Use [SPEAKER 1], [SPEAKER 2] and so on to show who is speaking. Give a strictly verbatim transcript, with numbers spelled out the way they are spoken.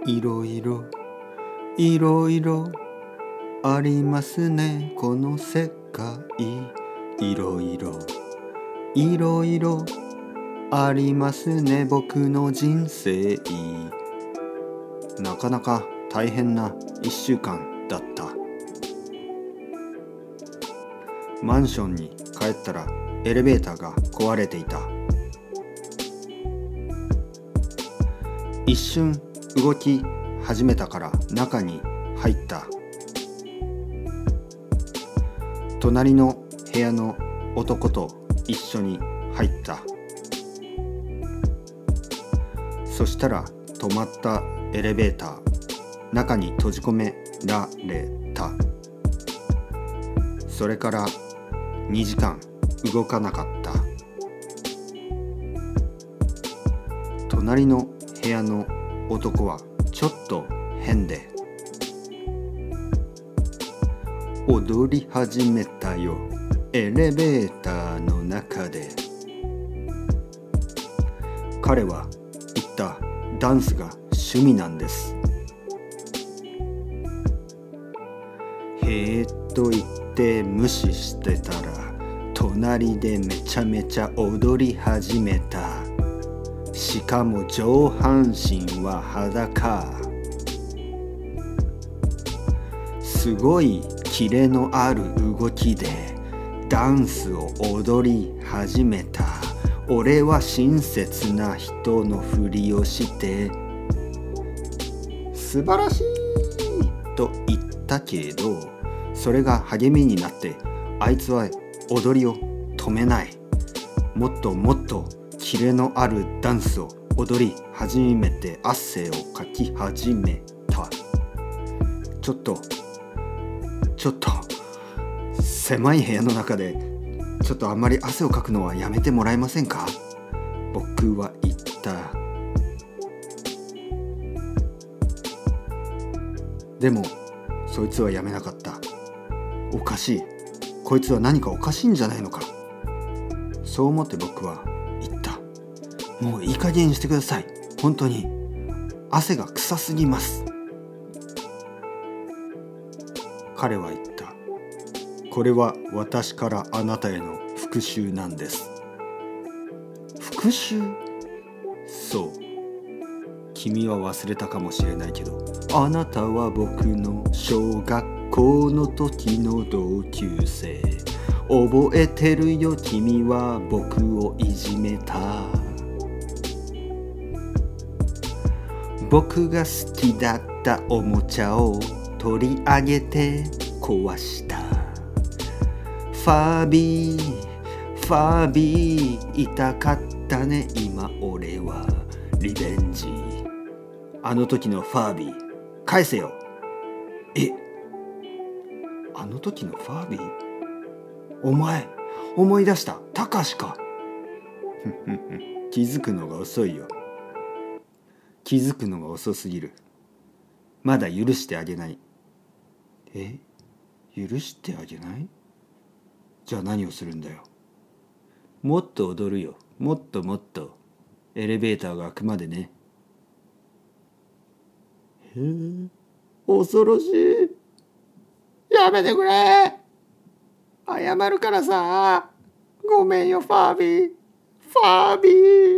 [SPEAKER 1] いろいろいろいろありますねこの世界。いろいろいろいろありますね僕の人生。なかなか大変ないっしゅうかんだった。マンションに帰ったらエレベーターが壊れていた。一瞬動き始めたから中に入った。隣の部屋の男と一緒に入った。そしたら止まったエレベーター、中に閉じ込められた。それからにじかん動かなかった。隣の部屋の男はちょっと変で、踊り始めたよエレベーターの中で。彼は言った。ダンスが趣味なんです。へーっと言って無視してたら隣でめちゃめちゃ踊り始めた。しかも上半身は裸。すごいキレのある動きでダンスを踊り始めた。俺は親切な人のふりをして素晴らしいと言ったけど、それが励みになってあいつは踊りを止めない。もっともっとキレのあるダンスを踊り始めて汗をかき始めた。ちょっとちょっと狭い部屋の中でちょっとあんまり汗をかくのはやめてもらえませんか？僕は言った。でもそいつはやめなかった。おかしい。こいつは何かおかしいんじゃないのか。そう思って僕は言った。もういい加減にしてください。本当に汗が臭すぎます。彼は言った。これは私からあなたへの復讐なんです。復讐？そう。君は忘れたかもしれないけど、あなたは僕の小学校の時の同級生。覚えてるよ、君は僕をいじめた。僕が好きだったおもちゃを取り上げて壊した。ファービー、ファービー、痛かったね、今俺はリベンジ。あの時のファービー、返せよ。え、あの時のファービー？お前、思い出した、たかしか。気づくのが遅いよ。気づくのが遅すぎる。まだ許してあげない。え、許してあげない？じゃあ何をするんだよ。もっと踊るよ。もっともっと。エレベーターが開くまでね。へえ、恐ろしい。やめてくれ。謝るからさ。ごめんよ、ファービー。ファービー。